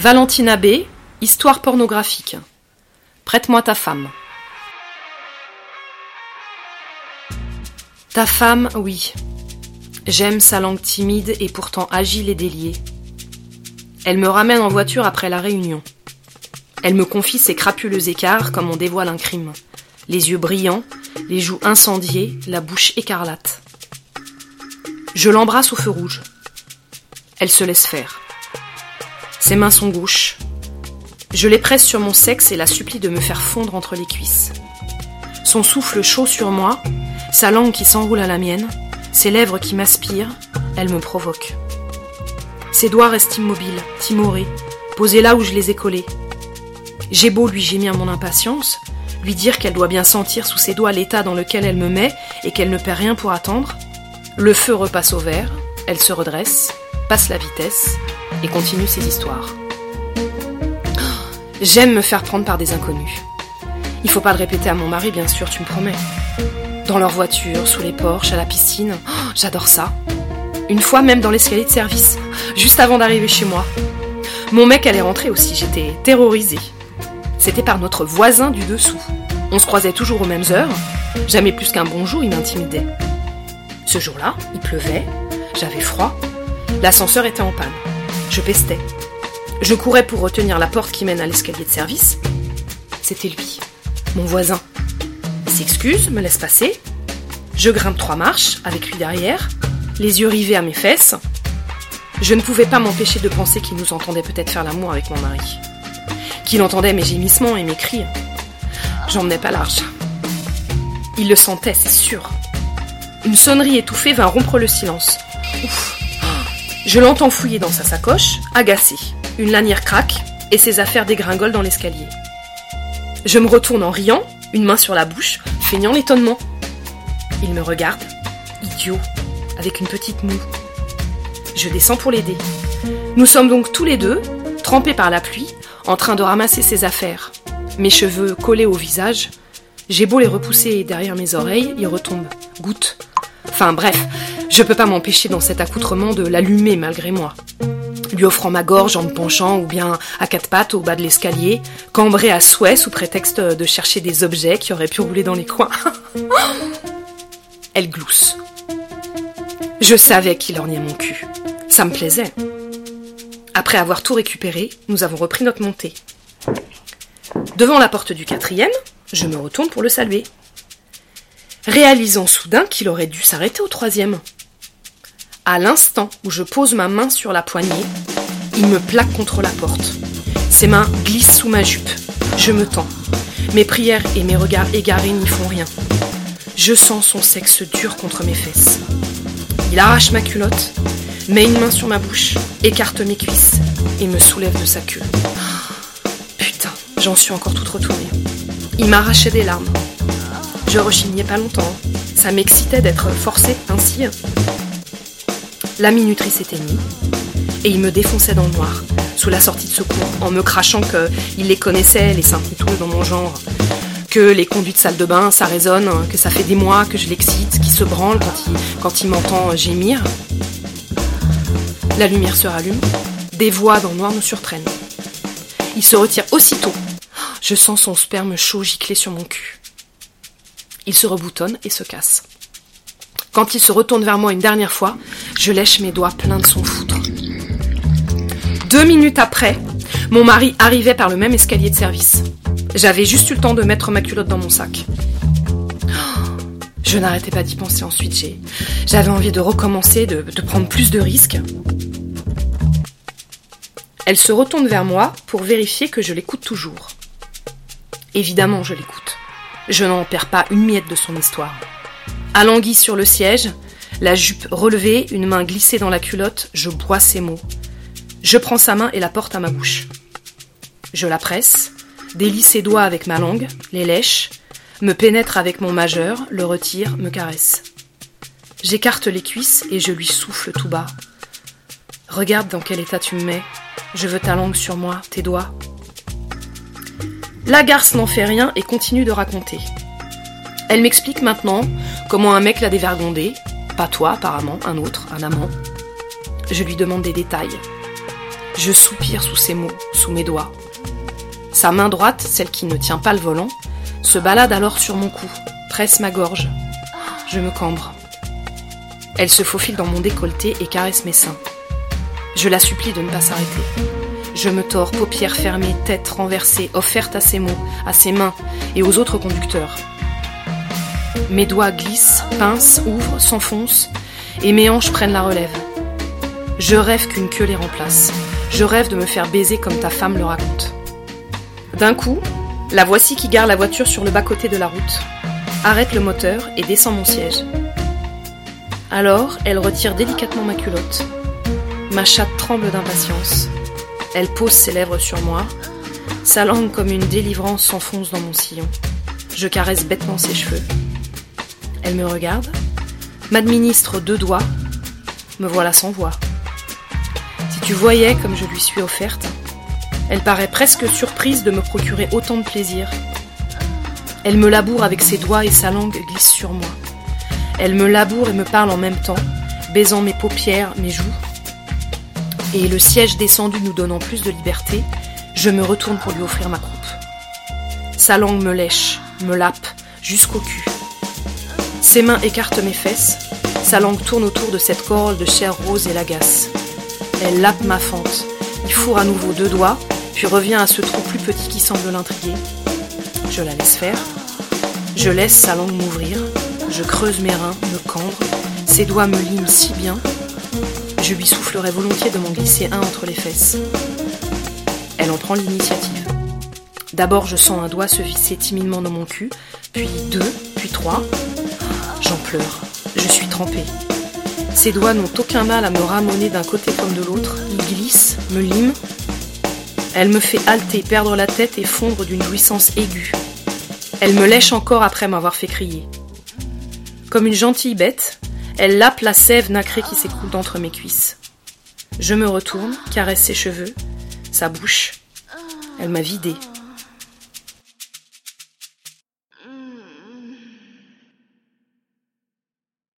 Valentina B, histoire pornographique. Prête-moi ta femme. Ta femme, oui. J'aime sa langue timide et pourtant agile et déliée. Elle me ramène en voiture après la réunion. Elle me confie ses crapuleux écarts comme on dévoile un crime. Les yeux brillants, les joues incendiées, la bouche écarlate. Je l'embrasse au feu rouge. Elle se laisse faire. Ses mains sont gauches. Je les presse sur mon sexe et la supplie de me faire fondre entre les cuisses. Son souffle chaud sur moi, sa langue qui s'enroule à la mienne, ses lèvres qui m'aspirent, elle me provoque. Ses doigts restent immobiles, timorés, posés là où je les ai collés. J'ai beau lui gémir mon impatience, lui dire qu'elle doit bien sentir sous ses doigts l'état dans lequel elle me met et qu'elle ne perd rien pour attendre. Le feu repasse au vert, elle se redresse, passe la vitesse et continue ses histoires. J'aime me faire prendre par des inconnus. Il faut pas le répéter à mon mari, bien sûr, tu me promets. Dans leur voiture, sous les porches, à la piscine, j'adore ça. Une fois même dans l'escalier de service, juste avant d'arriver chez moi. Mon mec allait rentrer aussi, j'étais terrorisée. C'était par notre voisin du dessous. On se croisait toujours aux mêmes heures. Jamais plus qu'un bonjour, il m'intimidait. Ce jour-là, il pleuvait, j'avais froid. L'ascenseur était en panne. Je pestais. Je courais pour retenir la porte qui mène à l'escalier de service. C'était lui, mon voisin. Il s'excuse, me laisse passer. Je grimpe 3 marches, avec lui derrière, les yeux rivés à mes fesses. Je ne pouvais pas m'empêcher de penser qu'il nous entendait peut-être faire l'amour avec mon mari. Qu'il entendait mes gémissements et mes cris. J'en menais pas large. Il le sentait, c'est sûr. Une sonnerie étouffée vint rompre le silence. Ouf. Je l'entends fouiller dans sa sacoche, agacé. Une lanière craque et ses affaires dégringolent dans l'escalier. Je me retourne en riant, une main sur la bouche, feignant l'étonnement. Il me regarde, idiot, avec une petite moue. Je descends pour l'aider. Nous sommes donc tous les deux, trempés par la pluie, en train de ramasser ses affaires. Mes cheveux collés au visage, j'ai beau les repousser derrière mes oreilles, ils retombent, gouttes. Enfin bref, je peux pas m'empêcher dans cet accoutrement de l'allumer malgré moi. Lui offrant ma gorge en me penchant ou bien à 4 pattes au bas de l'escalier, cambré à souhait sous prétexte de chercher des objets qui auraient pu rouler dans les coins. Elle glousse. Je savais qu'il orgnait mon cul. Ça me plaisait. Après avoir tout récupéré, nous avons repris notre montée. Devant la porte du 4e, je me retourne pour le saluer. Réalisant soudain qu'il aurait dû s'arrêter au 3e. À l'instant où je pose ma main sur la poignée, il me plaque contre la porte. Ses mains glissent sous ma jupe. Je me tends. Mes prières et mes regards égarés n'y font rien. Je sens son sexe dur contre mes fesses. Il arrache ma culotte, met une main sur ma bouche, écarte mes cuisses et me soulève de sa queue. Putain, j'en suis encore toute retournée. Il m'arrachait des larmes. Je rechignais pas longtemps. Ça m'excitait d'être forcée ainsi. La minuterie s'éteignit et il me défonçait dans le noir, sous la sortie de secours, en me crachant qu'il les connaissait, les Saint-Nicolas dans mon genre, que les conduits de salle de bain, ça résonne, que ça fait des mois que je l'excite, qu'il se branle quand il m'entend gémir. La lumière se rallume, des voix dans le noir nous surprennent. Il se retire aussitôt. Je sens son sperme chaud gicler sur mon cul. Il se reboutonne et se casse. Quand il se retourne vers moi une dernière fois, je lèche mes doigts pleins de son foutre. 2 minutes après, mon mari arrivait par le même escalier de service. J'avais juste eu le temps de mettre ma culotte dans mon sac. Je n'arrêtais pas d'y penser ensuite. J'avais envie de recommencer, de prendre plus de risques. Elle se retourne vers moi pour vérifier que je l'écoute toujours. Évidemment, je l'écoute. Je n'en perds pas une miette de son histoire. Alangui sur le siège, la jupe relevée, une main glissée dans la culotte, je bois ses mots. Je prends sa main et la porte à ma bouche. Je la presse, délie ses doigts avec ma langue, les lèche, me pénètre avec mon majeur, le retire, me caresse. J'écarte les cuisses et je lui souffle tout bas. Regarde dans quel état tu me mets. Je veux ta langue sur moi, tes doigts. La garce n'en fait rien et continue de raconter. Elle m'explique maintenant comment un mec l'a dévergondée, pas toi apparemment, un autre, un amant. Je lui demande des détails. Je soupire sous ses mots, sous mes doigts. Sa main droite, celle qui ne tient pas le volant, se balade alors sur mon cou, presse ma gorge. Je me cambre. Elle se faufile dans mon décolleté et caresse mes seins. Je la supplie de ne pas s'arrêter. Je me tords, paupières fermées, tête renversée, offerte à ses mots, à ses mains et aux autres conducteurs. Mes doigts glissent, pincent, ouvrent, s'enfoncent, et mes hanches prennent la relève. Je rêve qu'une queue les remplace. Je rêve de me faire baiser comme ta femme le raconte. D'un coup, la voici qui gare la voiture sur le bas-côté de la route, arrête le moteur et descend mon siège. Alors, elle retire délicatement ma culotte. Ma chatte tremble d'impatience. Elle pose ses lèvres sur moi. Sa langue comme une délivrance s'enfonce dans mon sillon. Je caresse bêtement ses cheveux. Elle me regarde, m'administre 2 doigts, me voilà sans voix. Si tu voyais comme je lui suis offerte, elle paraît presque surprise de me procurer autant de plaisir. Elle me laboure avec ses doigts et sa langue glisse sur moi. Elle me laboure et me parle en même temps, baisant mes paupières, mes joues. Et le siège descendu nous donnant plus de liberté, je me retourne pour lui offrir ma croupe. Sa langue me lèche, me lappe, jusqu'au cul. Ses mains écartent mes fesses, sa langue tourne autour de cette corolle de chair rose et l'agace. Elle lappe ma fente, il fourre à nouveau 2 doigts, puis revient à ce trou plus petit qui semble l'intriguer. Je la laisse faire. Je laisse sa langue m'ouvrir, je creuse mes reins, me cambre, ses doigts me liment si bien. Je lui soufflerais volontiers de m'en glisser un entre les fesses. Elle en prend l'initiative. D'abord, je sens un doigt se visser timidement dans mon cul, puis 2, puis 3. J'en pleure. Je suis trempée. Ses doigts n'ont aucun mal à me ramoner d'un côté comme de l'autre. Ils glissent, me liment. Elle me fait halter, perdre la tête et fondre d'une jouissance aiguë. Elle me lèche encore après m'avoir fait crier. Comme une gentille bête, elle lappe la sève nacrée qui s'écoule d'entre mes cuisses. Je me retourne, caresse ses cheveux, sa bouche. Elle m'a vidée.